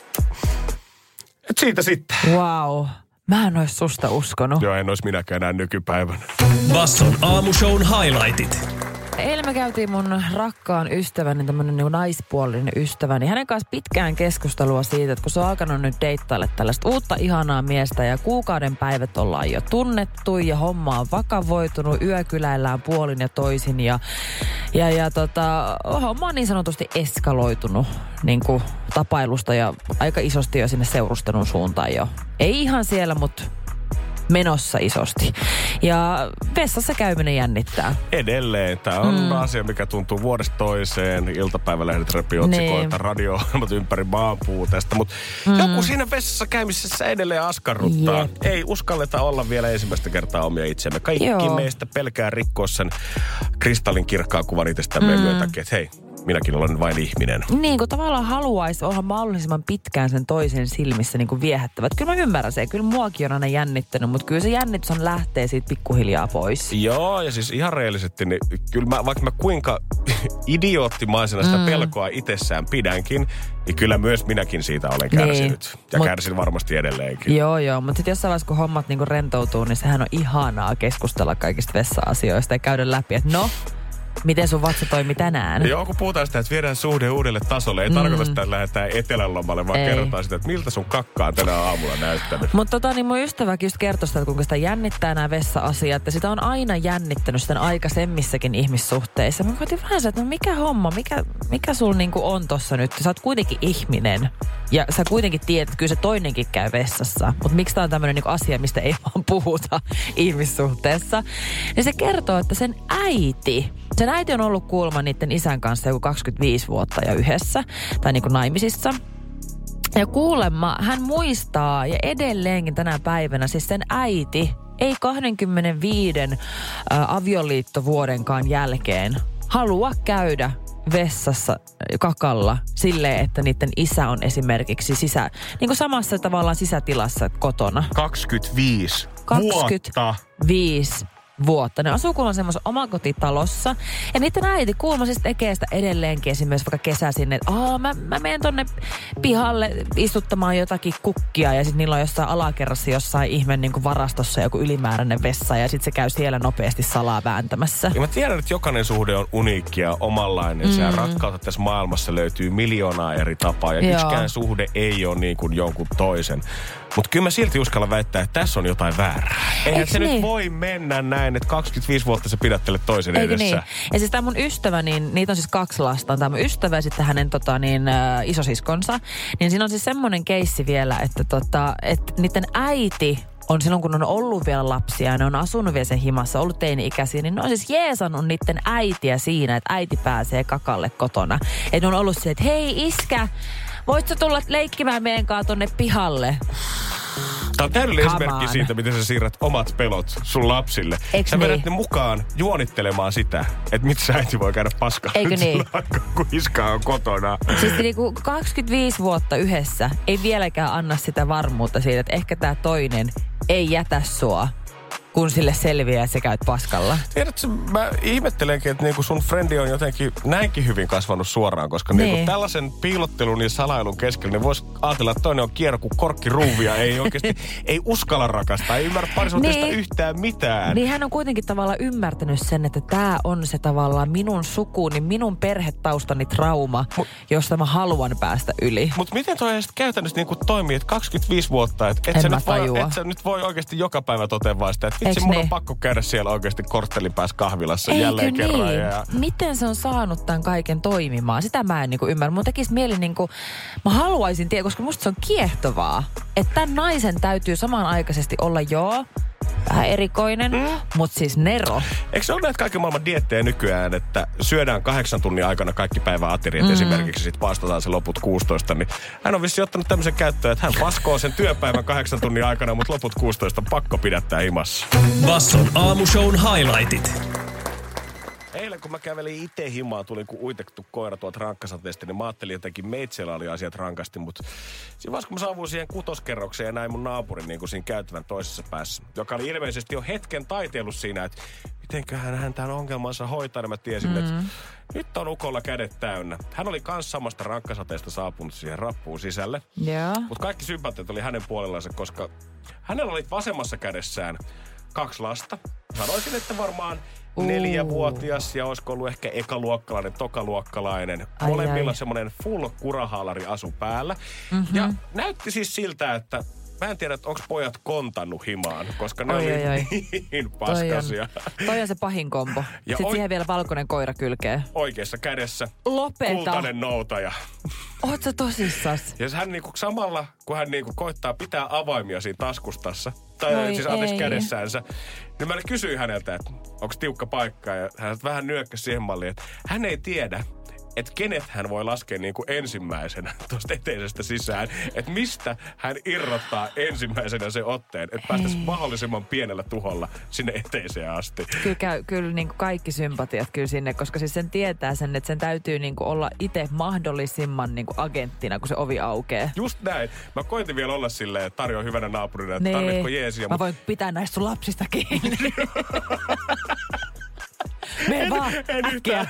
Et siitä sitten. Wow. Mä en ois susta uskonut. Joo, en ois minäkään enää nykypäivänä. Basson aamushown highlightit. Eilen me käytiin mun rakkaan ystäväni, tämmönen niin naispuolinen ystäväni. Hänen kanssa pitkään keskustelua siitä, että kun se on alkanut nyt deittaille tällaista uutta ihanaa miestä ja kuukauden päivät ollaan jo tunnettu ja homma on vakavoitunut, yökyläillään puolin ja toisin ja, ja, ja tota, homma on niin sanotusti eskaloitunut niin kuin tapailusta ja aika isosti jo sinne seurustelun suuntaan jo. Ei ihan siellä, mutta menossa isosti. Ja vessassa käyminen jännittää. Edelleen. Tämä on mm. asia, mikä tuntuu vuodesta toiseen. Iltapäivälehdet repii otsikoita, radio-ohjelmat ympäri maanpuu tästä. Mutta mm. joku siinä vessassa käymisessä edelleen askarruttaa. Jep. Ei uskalleta olla vielä ensimmäistä kertaa omia itseämme. Kaikki Joo. meistä pelkää rikkoa sen kristallin kirkkaan kuvan itsestämme mm. myön takia, että hei, minäkin olen vain ihminen. Niin kuin tavallaan haluaisi olla mahdollisimman pitkään sen toisen silmissä niin kuin viehättävät. Kyllä mä ymmärrän se. Kyllä muakin on aina jännittänyt, mutta kyllä se jännitys on lähtee siitä pikkuhiljaa pois. Joo, ja siis ihan reellisesti, niin kyllä mä, vaikka mä kuinka idioottimaisena sitä mm. pelkoa itsessään pidänkin, niin kyllä myös minäkin siitä olen kärsinyt. Niin. Ja Mut, kärsin varmasti edelleenkin. Joo, joo. Mutta sitten jossain vaiheessa, kun hommat niinku rentoutuu, niin sehän on ihanaa keskustella kaikista vessa-asioista ja käydä läpi, että no, miten sun vatsa toimi tänään? Joo, kun puhutaan sitä, että viedään suhde uudelle tasolle. Ei mm. tarkoita sitä, että lähdetään etelänlomalle, vaan Ei. kerrotaan sitä, että miltä sun kakkaa tänä aamulla näyttänyt. Mutta tota, niin mun ystäväkin just kertoi sitä, että kuinka sitä jännittää nämä vessa-asiat. Ja sitä on aina jännittänyt sitten aikaisemmissakin ihmissuhteissa. Mä koitin vähän se, että no mikä homma, mikä, mikä sul niinku on tossa nyt? Sä oot kuitenkin ihminen. Ja sä kuitenkin tiedät, että kyllä se toinenkin käy vessassa. Mutta miksi tää on tämmönen niinku asia, mistä ei vaan puhuta ihmissuhteessa? Ja se kertoo, että sen äiti... Sen äiti on ollut kuulemma niiden isän kanssa joku kaksikymmentäviisi vuotta ja yhdessä, tai niin kuin naimisissa. Ja kuulemma hän muistaa, ja edelleenkin tänä päivänä, siis sen äiti ei kaksikymmentäviisi äh, avioliittovuodenkaan jälkeen halua käydä vessassa kakalla silleen, että niiden isä on esimerkiksi sisä, niin kuin samassa tavallaan sisätilassa kotona. kaksikymmentäviisi kaksikymmentäviisi vuotta. Ne asuu kuulemma semmoisessa omakotitalossa. Ja niiden äiti kuulemma siis tekee sitä edelleenkin esimerkiksi vaikka kesäisin, että aah, mä, mä menen tonne pihalle istuttamaan jotakin kukkia ja sitten niillä on jossain alakerrassa jossain ihme niin kuin varastossa joku ylimääräinen vessa ja sitten se käy siellä nopeasti salaa vääntämässä. Ja mä tiedän, että jokainen suhde on uniikki ja omanlainen. Mm. Se rakkautta tässä maailmassa löytyy miljoonaa eri tapaa ja Joo. yksikään suhde ei ole niin kuin jonkun toisen. Mutta kyllä mä silti uskallan väittää, että tässä on jotain väärää. Eihän Eiks se niin? nyt voi mennä näin, että kaksikymmentäviisi vuotta sä pidättelet toisen Eikö edessä. Niin? Ja siis tää mun ystävä, niin niitä on siis kaksi lasta. Tää mun ystävä ja sitten hänen tota, niin, äh, isosiskonsa. Niin siinä on siis semmoinen keissi vielä, että, tota, että niiden äiti on silloin, kun on ollut vielä lapsia ja ne on asunut vielä sen himassa, ollut teini-ikäisiä, niin ne on siis jeesannut niiden äitiä siinä, että äiti pääsee kakalle kotona. Että ne on ollut se, että hei iskä, voit sä tulla leikkimään meidän kanssa tonne pihalle? Tämä on täydellinen esimerkki siitä, miten sä siirrät omat pelot sun lapsille. Eikö sä vedät niin? ne mukaan juonittelemaan sitä, että miksi äiti voi käydä paskaa. Eikö niin? Kun iskä on kotona. Siis niinku kaksikymmentäviisi vuotta yhdessä ei vieläkään anna sitä varmuutta siitä, että ehkä tää toinen ei jätä sua, kun sille selviää, että sä käyt paskalla. Tiedätkö, mä ihmettelenkin, että niinku sun frendi on jotenkin näinkin hyvin kasvanut suoraan, koska niin. niinku tällaisen piilottelun ja salailun keskellä niin voisi ajatella, että toinen on kierro kuin korkkiruuvia, ei oikeasti, ei uskalla rakastaa, ei ymmärrä parisuhteesta niin. yhtään mitään. Niin hän on kuitenkin tavallaan ymmärtänyt sen, että tää on se tavallaan minun sukuni, minun perhetaustani trauma, Mut, josta mä haluan päästä yli. Mutta miten toi sitten käytännössä niinku toimii, että kaksikymmentäviisi vuotta, että et, et, sä nyt voi, et sä nyt voi oikeasti joka päivä toteaa sitä, että vitsi, mun niin? on pakko käydä siellä oikeasti korttelin päässä kahvilassa Eikö jälleen niin? kerran. Ja... Miten se on saanut tämän kaiken toimimaan? Sitä mä en niinku ymmärrä. Mun tekisi mieli niinku, mä haluaisin tietää, koska musta se on kiehtovaa, että tämän naisen täytyy samanaikaisesti olla joo, vähän erikoinen, mm. mutta siis nero. Eikö se ole näitä kaiken maailman diettejä nykyään, että syödään kahdeksan tunnin aikana kaikki päivän ateriat, mm. esimerkiksi sit paastotaan se loput kuusitoista, niin hän on vissi ottanut tämmöisen käyttöön, että hän paskoo sen työpäivän kahdeksan tunnin aikana, mutta loput kuusitoista pakko pidättää himassa. Basson aamushown highlightit. Eilen kun mä kävelin itse himaan, tulin kun uitettu koira tuolta rankkasateesta, niin mä ajattelin jotenkin meitsellä oli asiat rankasti, mutta siinä vaiheessa kun mä saavuin siihen kutoskerrokseen ja näin mun naapurin niin kuin siinä käytävän toisessa päässä, joka oli ilmeisesti jo hetken taiteillut siinä, että mitenköhän hän tämän ongelmansa hoitaa, ja mä tiesin, mm. että nyt on ukolla kädet täynnä. Hän oli kans samasta rankkasateesta saapunut siihen rappuun sisälle, yeah. mutta kaikki sympatiat oli hänen puolellansa, koska hänellä oli vasemmassa kädessään kaksi lasta. Sanoisin, että varmaan Uh. neljävuotias ja olisiko ollut ehkä ekaluokkalainen, tokaluokkalainen. Ai Molemmilla ai. semmoinen full kurahaalari asu päällä. Mm-hmm. Ja näytti siis siltä, että mä en tiedä, että onko pojat kontannut himaan, koska ne oi, oli oi, oi. niin paskasia. Toi on, toi on se pahin kombo. Ja Sitten oi... siihen vielä valkoinen koira kylkee. Oikeassa kädessä. Lopeta. Kultainen noutaja. Oot sä tosissas? Ja hän niinku samalla, kun hän niinku koittaa pitää avaimia siinä taskustassa, tai Oi, siis anteeksi ei. kädessäänsä, niin mä kysyin häneltä, että onko tiukka paikka, ja hän vähän nyökkäsi siihen malliin, että hän ei tiedä, että kenet hän voi laskea niin kuin ensimmäisenä tuosta eteisestä sisään. Että mistä hän irrottaa ensimmäisenä sen otteen, että päästäisiin mahdollisimman pienellä tuholla sinne eteiseen asti. Kyllä, käy, kyllä niin kuin kaikki sympatiat kyllä sinne, koska siis sen tietää sen, että sen täytyy niin kuin olla itse mahdollisimman niin kuin agenttina, kun se ovi aukeaa. Just näin. Mä koitin vielä olla silleen, että tarjoa hyvänä naapurina, että nee. tarvitko jeesiä. Mä voin pitää näistä sun lapsista kiinni. Mene vaan, en, äkkiä. yhtään,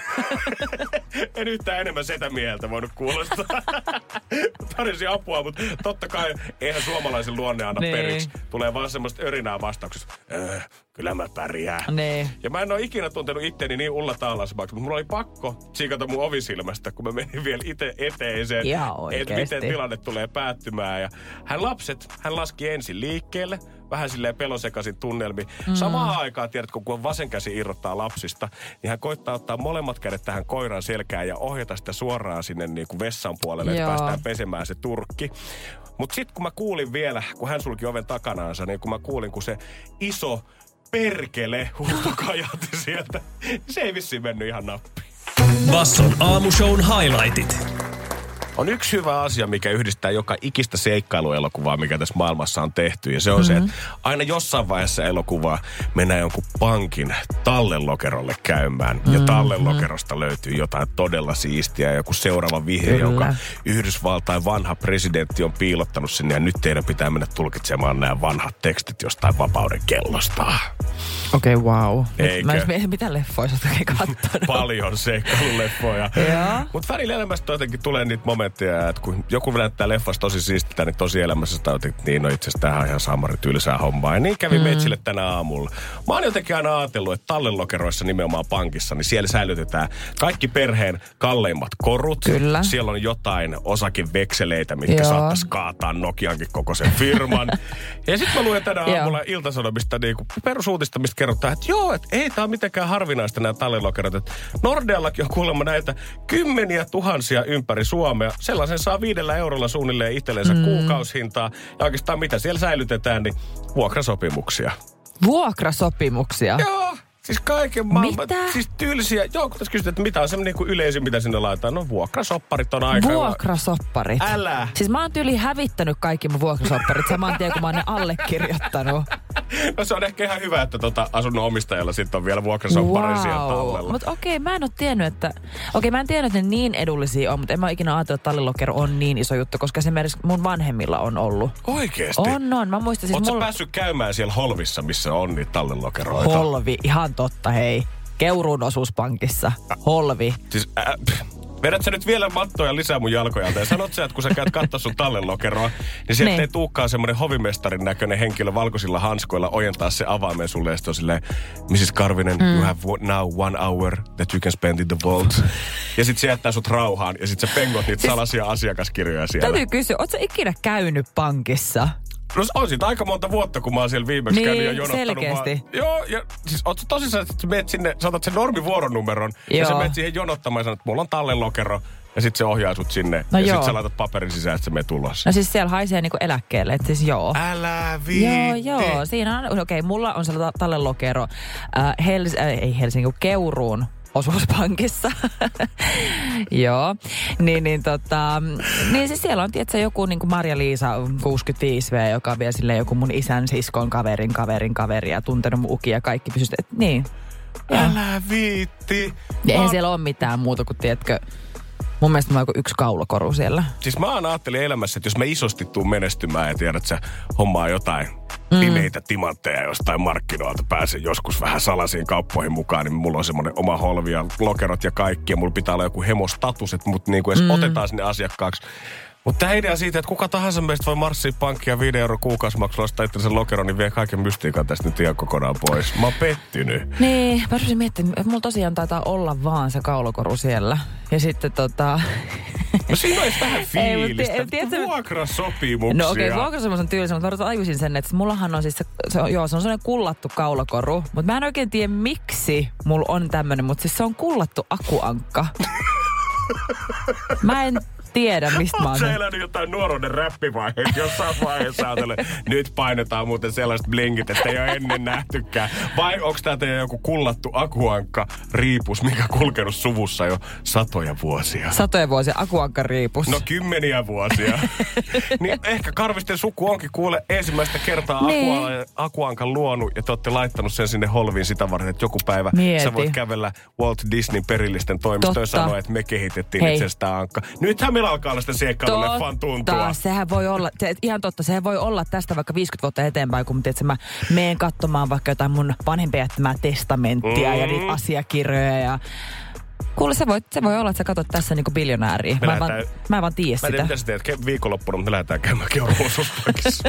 en yhtään enemmän sitä mieltä voinut kuulostaa. Tarjosin apua, mutta totta kai eihän suomalaisen luonne anna niin. periksi. Tulee vaan semmoista örinää vastauksesta. Öö, kyllä mä pärjään. Niin. Ja mä en ole ikinä tuntenut itteni niin ulla taalasmaksi, mutta mulla oli pakko tsiikata mun ovisilmästä, kun mä menin vielä itse eteiseen. Että miten tilanne tulee päättymään. Ja hän lapset, hän laski ensin liikkeelle. Vähän silleen pelosekaisin tunnelmi. Mm. Samaan aikaan, tiedätkö, kun vasen käsi irrottaa lapsista, niin hän koittaa ottaa molemmat kädet tähän koiran selkään ja ohjata sitä suoraan sinne niin kuin vessan puolelle, että päästään pesemään se turkki. Mutta sitten kun mä kuulin vielä, kun hän sulki oven takanaansa, niin kun mä kuulin, kun se iso perkele huuto kajahti sieltä, se ei vissiin mennyt ihan nappiin. Basson aamushown highlightit. On yksi hyvä asia, mikä yhdistää joka ikistä seikkailuelokuvaa, mikä tässä maailmassa on tehty. Ja se on mm-hmm. se, että aina jossain vaiheessa elokuvaa mennään jonkun pankin tallelokerolle käymään. Mm-hmm. Ja tallelokerosta löytyy jotain todella siistiä. Joku seuraava vihje, Kyllä. jonka Yhdysvaltain vanha presidentti on piilottanut sinne. Ja nyt teidän pitää mennä tulkitsemaan nämä vanhat tekstit jostain vapauden kellosta. Okei, okay, wow. Eikö? Mä en mitä leffoja sä oikein kattonut. Paljon seikkailuleffoja. Mutta välillä elämästä jotenkin tulee niitä momentteja, että kun joku näyttää leffasta tosi siistiltä, niin tosi elämässä sitä jotenkin, niin no itse asiassa tämähän on ihan samari tylsää hommaa. Ja niin kävi mm. meitsille tänä aamulla. Mä oon jotenkin aina ajatellut, että tallelokeroissa nimenomaan pankissa, niin siellä säilytetään kaikki perheen kalleimmat korut. Kyllä. Siellä on jotain osakevekseleitä, mitkä saattaisi kaataa Nokiankin koko sen firman. Ja sitten mä luen tänä aamulla Ilta-Sanomista niin perusuutista, mistä kerrotaan, että joo, että ei tää ole mitenkään harvinaista nämä tallelokerot. Että Nordeallakin on kuulemma näitä kymmeniä tuhansia ympäri Suomea. Sellaisen saa viidellä eurolla suunnilleen itsellensä mm. kuukausihintaa. Ja oikeastaan mitä siellä säilytetään, niin vuokrasopimuksia. Vuokrasopimuksia? Joo. Siis kaiken maailman. Mitä? Siis tylsiä. Joo, kun tässä kysytään, että mitä on semmoinen niin yleisin, mitä sinne laitetaan. No vuokrasopparit on aika. Vuokrasopparit? Älä. Siis mä oon tyyli hävittänyt kaikki mun vuokrasopparit saman tien, kun mä oon ne allekirjoittanut. No se on ehkä ihan hyvä, että tota asunnon omistajalla sitten on vielä vuokrasoppari wow. siellä tallella. Mutta okei, okay, mä en oo tiennyt, että... Okei, okay, mä en tiennyt, että ne niin edullisia on, mutta en mä ikinä ajatellut, että tallelokero on niin iso juttu, koska esimerkiksi mun vanhemmilla on ollut. Oikeesti? On, on. Mä muistan siis... Oot mulla... sä päässyt käymään siellä Holvissa, missä on niitä tallelokeroita? Holvi, ihan totta, hei. Keuruun osuuspankissa. Holvi. Siis... Äh, vedät sä nyt vielä mattoja lisää mun jalkojalta ja sanot sä, että kun sä käyt katsoa sun tallelokeroa, niin sieltä ei tuukaan semmoinen hovimestarin näköinen henkilö valkoisilla hanskoilla ojentaa se avaimen sulle ja sitten on silleen, missis Karvinen, mm. you have now one hour that you can spend in the vault. Ja sit se jättää sut rauhaan ja sit sä pengot niitä siis, salaisia asiakaskirjoja siellä. Täytyy kysyä, oot sä ikinä käynyt pankissa? No on siitä aika monta vuotta, kun mä oon siellä viimeksi niin, käynyt ja jonottanut. Selkeästi. Vaan. Joo, ja siis oot sä tosissaan, että sä meet sinne, sä otat sen normivuoronumeron joo. ja sä meet siihen jonottamaan ja sanot, että mulla on tallelokero. Ja sit se ohjaa sut sinne. No ja joo. sit sä laitat paperin sisään, että se menee tulossa. No siis siellä haisee niinku eläkkeelle, että siis joo. Älä viitti. Joo, joo. Siinä on, okei, okay, mulla on sellainen tallelokero. Äh, Hels, äh, ei Helsingin, Keuruun osuuspankissa. Joo. Niin, niin tota... Niin siis siellä on, tietsä, joku niinku Marja-Liisa kuusikymmentäviisi vuotias, joka on vielä silleen joku mun isän siskon kaverin kaverin kaveri ja tuntenut mun ukia ja kaikki pysystä. Et niin. Älä viitti. Ja eihän siellä ole mitään muuta kuin, tiedätkö... Mun mielestä mä oon yksi kaulakoru siellä. Siis mä aina ajattelin elämässä, että jos mä isosti tuun menestymään ja tiedät, että sä hommaa jotain mm. pimeitä timantteja jostain markkinoilta, pääsen joskus vähän salaisiin kauppoihin mukaan, niin mulla on semmoinen oma holvi ja lokerot ja kaikki. Ja mulla pitää olla joku hemostatus, että mut niinku edes mm. otetaan sinne asiakkaaksi. Mutta tämä idea siitä, että kuka tahansa meistä voi marssia pankkia viiden euron kuukausimaksulla ostaa itsensä lokeron, niin vie kaiken mystiikan tästä nyt ihan kokonaan pois. Mä oon pettynyt. Niin, mä rupesin miettimään, että mulla tosiaan taitaa olla vaan se kaulakoru siellä. Ja sitten tota... No siinä olisi vähän fiilistä. Ei, tiedätkö, vuokrasopimuksia. No okei, okay, vuokrasopimus on tyylissä, mutta mä tajusin sen, että mullahan on siis se, se on, joo, se on sellainen kullattu kaulakoru. Mutta mä en oikein tiedä, miksi mulla on tämmönen, mutta siis se on kullattu akuankka. Mä en tiedä, mistä mä oon. Oletko sä elänyt jotain nuoruuden räppivaiheet? Jossain vaiheessa ajatellen, nyt painetaan muuten sellaiset blinkit, että ei ole ennen nähtykään. Vai onko tää teidän joku kullattu akuankka riipus, mikä kulkenut suvussa jo satoja vuosia? Satoja vuosia akuankka riipus. No kymmeniä vuosia. Niin ehkä Karvisten suku onkin kuule ensimmäistä kertaa niin. akuankan luonut ja te olette laittanut sen sinne holviin sitä varten, että joku päivä Mieti. sä voit kävellä Walt Disneyn perillisten toimistoon ja sanoa, että me kehitettiin itse sitä ankka. Nythän meillä alkaa olla sitä siekkailulleffan tuntua. Sehän voi olla, se, ihan totta, sehän voi olla tästä vaikka viisikymmentä vuotta eteenpäin, kun tiedätkö, mä meen katsomaan vaikka jotain mun vanhempien jättämää testamenttia mm. ja niitä asiakirjoja ja... Kuule, se voi, se voi olla, että sä katsot tässä niinku biljonääriä. Mä, lähdetään, vaan, mä en vaan tiedä sitä. Mä en tiedä, mitä sä teet viikonloppuna, mutta me lähdetään käymään Keurun-osuuspaikissa.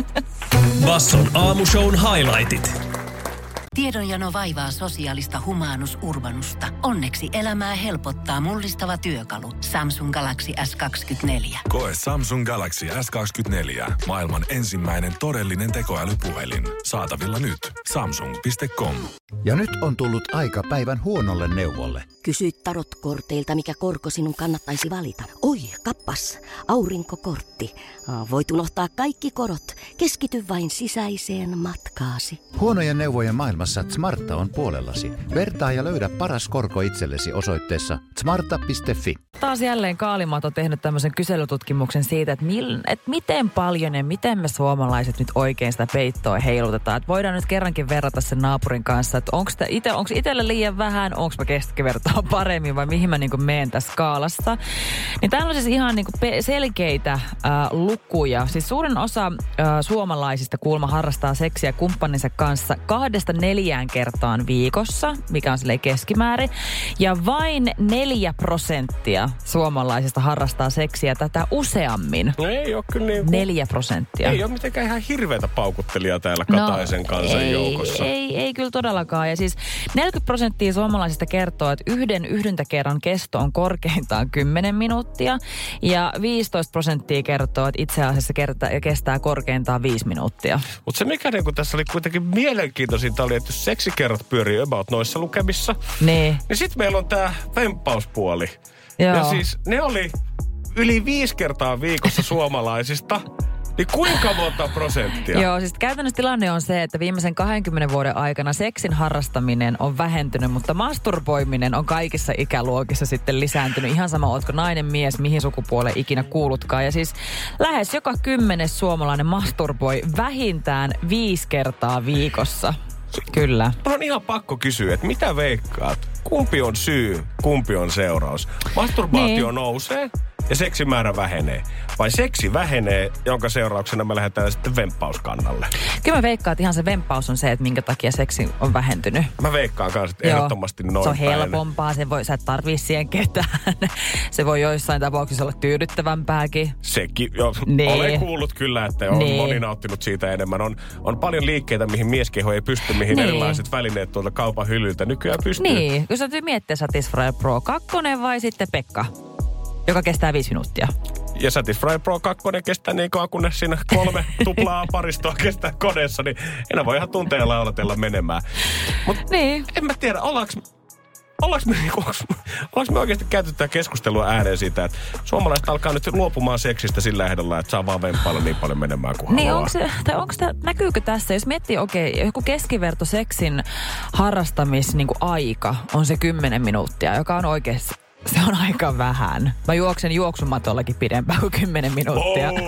Basson aamushown highlightit. Tiedonjano vaivaa sosiaalista humanus urbanusta. Onneksi elämää helpottaa mullistava työkalu. Samsung Galaxy S kaksikymmentäneljä. Koe Samsung Galaxy S kaksikymmentäneljä. Maailman ensimmäinen todellinen tekoälypuhelin. Saatavilla nyt. samsung piste com. Ja nyt on tullut aika päivän huonolle neuvolle. Kysy tarotkorteilta, mikä korko sinun kannattaisi valita. Oi, kappas, aurinkokortti. Voit unohtaa kaikki korot. Keskity vain sisäiseen matkaasi. Huonojen neuvojen maailmassa Smarta on puolellasi. Vertaa ja löydä paras korko itsellesi osoitteessa smarta piste fi. Taas jälleen Kaalimat on tehnyt tämmöisen kyselytutkimuksen siitä, että, mil, että miten paljon ja miten me suomalaiset nyt oikein sitä peittoa heilutetaan. Että voidaan nyt kerrankin verrata sen naapurin kanssa, että onko itsellä liian vähän, onko mä keskivertaa paremmin vai mihin mä niinku meen tässä skaalassa. Niin täällä on siis ihan niinku selkeitä äh, lukuja. Siis suurin osa äh, suomalaisista kuulemma harrastaa seksiä kumppaninsa kanssa kahdesta neljään kertaan viikossa, mikä on silleen keskimäärin. Ja vain neljä prosenttia suomalaisista harrastaa seksiä tätä useammin. No ei ole kyllä niin kuin... Neljä prosenttia. Ei ole mitenkään ihan hirveätä paukuttelijaa täällä Kataisen no, kansan ei, joukossa. Ei, ei kyllä todellakaan. Ja siis neljäkymmentä prosenttia suomalaisista kertoo, että yhden yhdyntäkerran kesto on korkeintaan kymmenen minuuttia. Ja viisitoista prosenttia kertoo, että itse asiassa kerta, kestää korkeintaan viisi minuuttia. Mutta se mikä niin tässä oli kuitenkin mielenkiintoisinta oli, että jos seksikerrat pyörii about noissa lukemissa, niin, niin sitten meillä on tämä vemppauspuoli. Joo. Ja siis ne oli yli viisi kertaa viikossa suomalaisista. Niin kuinka monta prosenttia? Joo, siis käytännössä tilanne on se, että viimeisen kahdenkymmenen vuoden aikana seksin harrastaminen on vähentynyt, mutta masturboiminen on kaikissa ikäluokissa sitten lisääntynyt. Ihan sama, ootko nainen, mies, mihin sukupuoleen ikinä kuulutkaan. Ja siis lähes joka kymmenes suomalainen masturboi vähintään viisi kertaa viikossa. Kyllä. On ihan pakko kysyä, että mitä veikkaat? Kumpi on syy, kumpi on seuraus? Masturbaatio niin. nousee ja seksimäärä vähenee. Vai seksi vähenee, jonka seurauksena me lähdetään sitten vemppauskannalle? Kyllä mä veikkaan, että ihan se vemppaus on se, että minkä takia seksi on vähentynyt. Mä veikkaan kanssa, että ehdottomasti noin se on päin. helpompaa, se voi, sä et tarvii siihen ketään. Se voi joissain tapauksissa olla tyydyttävämpääkin. Sekin, jo, niin. Olen kuullut kyllä, että on niin. moni nauttinut siitä enemmän. On, on paljon liikkeitä, mihin mieskeho ei pysty, mihin niin. erilaiset välineet tuolta kaupan hyllyltä nykyään pystyy. Niin, jos täytyy miettiä Satisfyer Pro kaksi vai sitten Pekka, joka kestää viisi minuuttia. Ja Satisfyer Pro kaksi kestää niin kauan, kunnes siinä kolme tuplaa paristoa kestää koneessa, niin enää voi ihan tunteja laulatella menemään. Mut niin. En mä tiedä, ollaanko, ollaanko, me, ollaanko me oikeasti käyty tätä keskustelua ääneen siitä, että suomalaiset alkaa nyt luopumaan seksistä sillä ehdolla, että saa vaan vemppailla niin paljon menemään kuin niin haluaa. Onko se, tai onko tämä, näkyykö tässä, jos miettii, okei, okay, joku keskiverto seksin harrastamis niin kuin aika on se kymmenen minuuttia, joka on oikeasti, se on aika vähän. Mä juoksen juoksumatollakin pidempään kuin kymmenen minuuttia. Oh.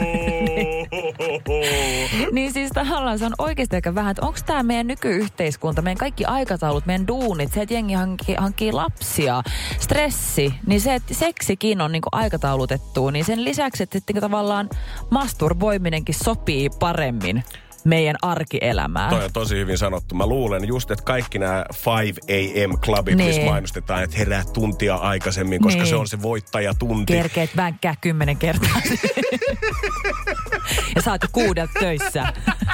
Niin siis tavallaan se on oikeasti aika vähän, että onko tämä meidän nykyyhteiskunta, meidän kaikki aikataulut, meidän duunit, se, että jengi hankkii, hankkii lapsia, stressi, niin se, että seksikin on niinku aikataulutettu, niin sen lisäksi, että, että tavallaan masturboiminenkin sopii paremmin meidän arkielämää. Toi on tosi hyvin sanottu. Mä luulen just, että kaikki nämä five a.m.-klubit, niin. missä mainostetaan, että herää tuntia aikaisemmin, koska niin. se on se voittajatunti. Kerkeet vänkkää kymmenen kertaa. Ja sä oot jo kuudelta töissä.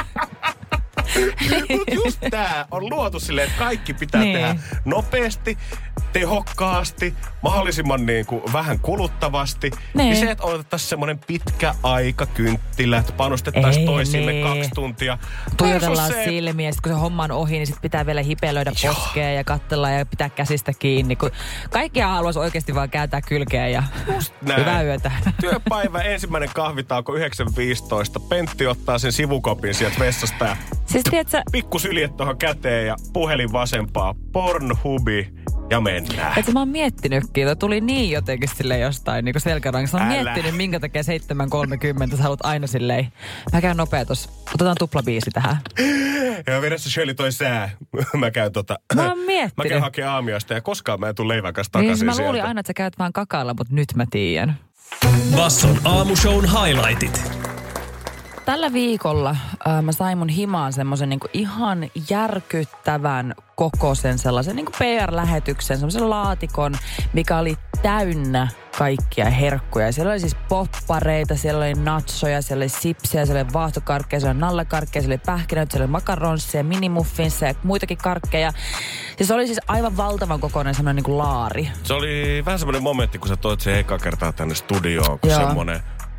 Mutta just tää on luotu silleen, että kaikki pitää niin. tehdä nopeasti, tehokkaasti, mahdollisimman niin kuin vähän kuluttavasti. Niin. Ja se, että otettaisiin semmoinen pitkä aika kynttilä, että panostettaisiin toisille niin. kaksi tuntia. Tuijotellaan se... silmiä, ja sit kun se homma on ohi, niin sit pitää vielä hipelöidä poskea ja katsella ja pitää käsistä kiinni. Kun kaikkia haluaisi oikeasti vaan kääntää kylkeä ja hyvää yötä. Työpäivä ensimmäinen kahvitauko yhdeksän viisitoista. Pentti ottaa sen sivukopin sieltä vessasta ja siis tiedätkö, pikku syljet tuohon käteen ja puhelin vasempaa. Pornhubi. Ja mennään. Että mä oon miettinytkin, että tuli niin jotenkin silleen jostain niin selkärangassa. Mä oon Älä. miettinyt, minkä takia seitsemän kolmekymmentä sä haluat aina silleen. Mä käyn nopea tossa. Otetaan tuplabiisi tähän. Ja vedessä Shirley toi sää. Mä käyn tota... Mä oon miettinyt. Mä käyn hakea aamiaista ja koskaan mä en tuu leivän kanssa takaisin niin, mä sieltä. luulin aina, että sä käyt vaan kakailla, mutta nyt mä tiedän. Basson aamushown highlightit. Tällä viikolla äh, mä sain mun himaan semmoisen niinku ihan järkyttävän kokoisen sellaisen niinku P R-lähetyksen, semmoisen laatikon, mikä oli täynnä kaikkia herkkuja. Siellä oli siis poppareita, siellä oli nachoja, siellä oli sipsejä, siellä oli vaahtokarkkeja, siellä oli nallakarkkeja, siellä oli pähkinöitä, siellä oli makaronsseja, minimuffinseja ja muitakin karkkeja. Ja se oli siis aivan valtavan kokoinen semmoinen niinku laari. Se oli vähän semmoinen momentti, kun sä toit sen eka kertaa tänne studioon, kun Joo. semmoinen...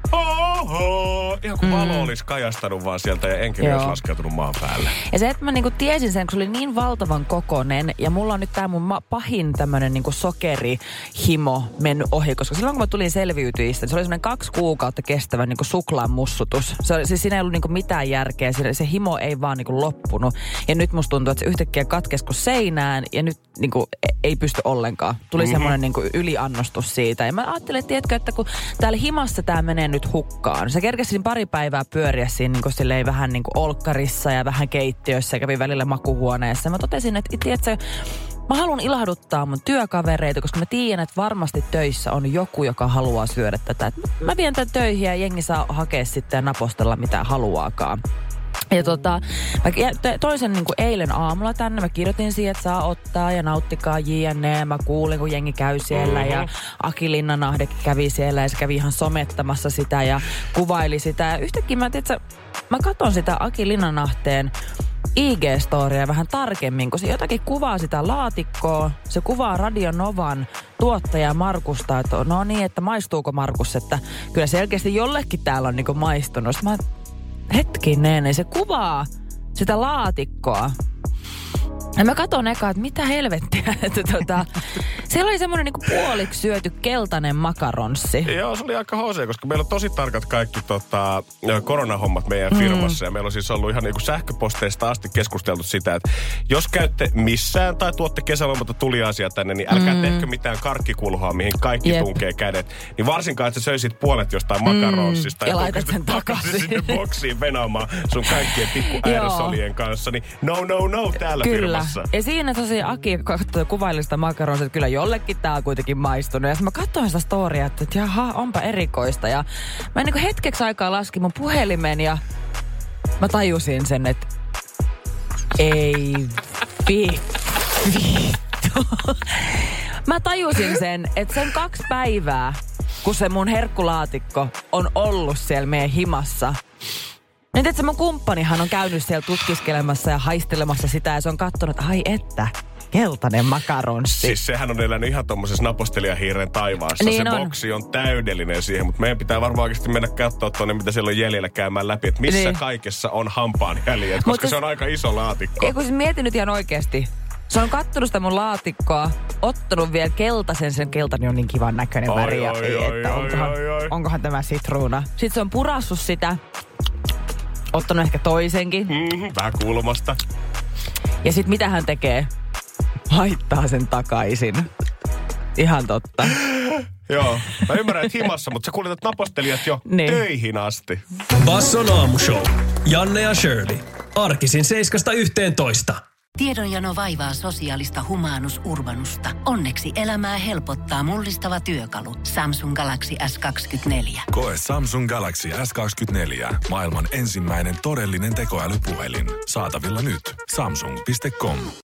Oho! Ihan kuin valo mm. olisi kajastanut vaan sieltä ja enkin olisi laskeutunut maan päälle. Ja se, että mä niinku tiesin sen, kun se oli niin valtavan kokoinen ja mulla on nyt tää mun ma- pahin tämmönen niinku sokerihimo mennyt ohi, koska silloin kun mä tulin selviytyjistä, se oli semmoinen kaksi kuukautta kestävä niinku suklaan mussutus. Se oli, siis siinä ei ollut niinku mitään järkeä, se, se himo ei vaan niinku loppunut. Ja nyt musta tuntuu, että se yhtäkkiä katkesi kuin seinään ja nyt niinku ei pysty ollenkaan. Tuli mm-hmm. semmoinen niinku yliannostus siitä. Ja mä ajattelin, että tiedätkö, että kun täällä himassa tää menee nyt hukkaan. Sä kerkesin pari päivää pyöriä siinä niin kuin silleen vähän niin kuin olkkarissa ja vähän keittiössä ja kävin välillä makuhuoneessa. Mä totesin, että tiedätkö, mä haluan ilahduttaa mun työkavereita, koska mä tiedän, että varmasti töissä on joku, joka haluaa syödä tätä. Et mä vien tämän töihin ja jengi saa hakea sitten ja napostella mitä haluaakaan. Ja tota, mä toin sen niin kuin eilen aamulla tänne, mä kirjoitin siihen, että saa ottaa ja nauttikaa jne. Mä kuulin, kun jengi käy siellä mm-hmm. ja Aki Linnanahde kävi siellä ja se kävi ihan somettamassa sitä ja kuvaili sitä. Ja yhtäkkiä mä, tiiätkö, mä katson sitä Aki Linnanahteen I G-storia vähän tarkemmin, kun se jotakin kuvaa sitä laatikkoa, se kuvaa Radio Novan tuottaja Markusta, että no niin, että maistuuko Markus, että kyllä selkeästi jollekin täällä on niinku maistunut. Mä hetkinen, niin se kuvaa sitä laatikkoa. Ja mä katson eka, että mitä helvettiä, että tota, siellä oli semmoinen niinku puoliksi syöty keltainen makaronssi. Joo, se oli aika hosea, koska meillä on tosi tarkat kaikki tota, koronahommat meidän mm. firmassa. Ja meillä on siis ollut ihan niinku sähköposteista asti keskusteltu sitä, että jos käytte missään tai tuotte kesälomalta tuliaisia tänne, niin älkää mm. tehkö mitään karkkikulhoa, mihin kaikki Jep. tunkee kädet. Niin varsinkaan, että sä söisit puolet jostain makaronssista. Mm. Ja laitat sen takaisin. sinne boksiin venaamaan sun kaikkien pikku aerosolien kanssa. Niin no, no, no täällä Kyllä. firmassa. Ja siinä tosiaan Aki katsoi kuvailista makaronsia, että kyllä jollekin tää on kuitenkin maistunut. Ja mä katsoin sitä storia, että jaha, onpa erikoista. Ja mä niin kuin hetkeksi aikaa laskin mun puhelimen ja mä tajusin sen, että ei vittu. Mä tajusin sen, että sen kaksi päivää, kun se mun herkkulaatikko on ollut siellä meidän himassa. Nyt että se mun kumppanihan on käynyt siellä tutkiskelemassa ja haistelemassa sitä ja se on katsonut, ai että, keltainen makaronssi. Siis sehän on elänyt ihan tommosessa napostelijahiiren taivaassa. Niin se on. boksi on täydellinen siihen, mutta meidän pitää varmaan oikeasti mennä katsoa tuonne, mitä siellä on jäljellä käymään läpi, että missä niin. kaikessa on hampaan jäljet, koska Mut se on aika iso laatikko. Ei kun siis mietin nyt ihan oikeasti. Se on kattonut sitä mun laatikkoa, ottanut vielä keltaisen, sen keltainen on niin kivan näköinen oi, väri. Oi, ei, oi, että oi, onkohan, oi, oi. onkohan tämä sitruuna. Sitten se on purassut sitä, ottanut ehkä toisenkin. Mm, vähän kulmasta. Ja sit mitä hän tekee? Laittaa sen takaisin. Ihan totta. Joo, mä ymmärrän, että himassa, mutta sä kuljetat napostelijat jo niin. töihin asti. Basson aamushow. Janne ja Shirley. Arkisin seiskasta yhteentoista. Tiedonjano vaivaa sosiaalista humanus urbanusta. Onneksi elämää helpottaa mullistava työkalu. Samsung Galaxy S kaksikymmentäneljä. Koe Samsung Galaxy S kaksikymmentäneljä. Maailman ensimmäinen todellinen tekoälypuhelin. Saatavilla nyt. Samsung piste com.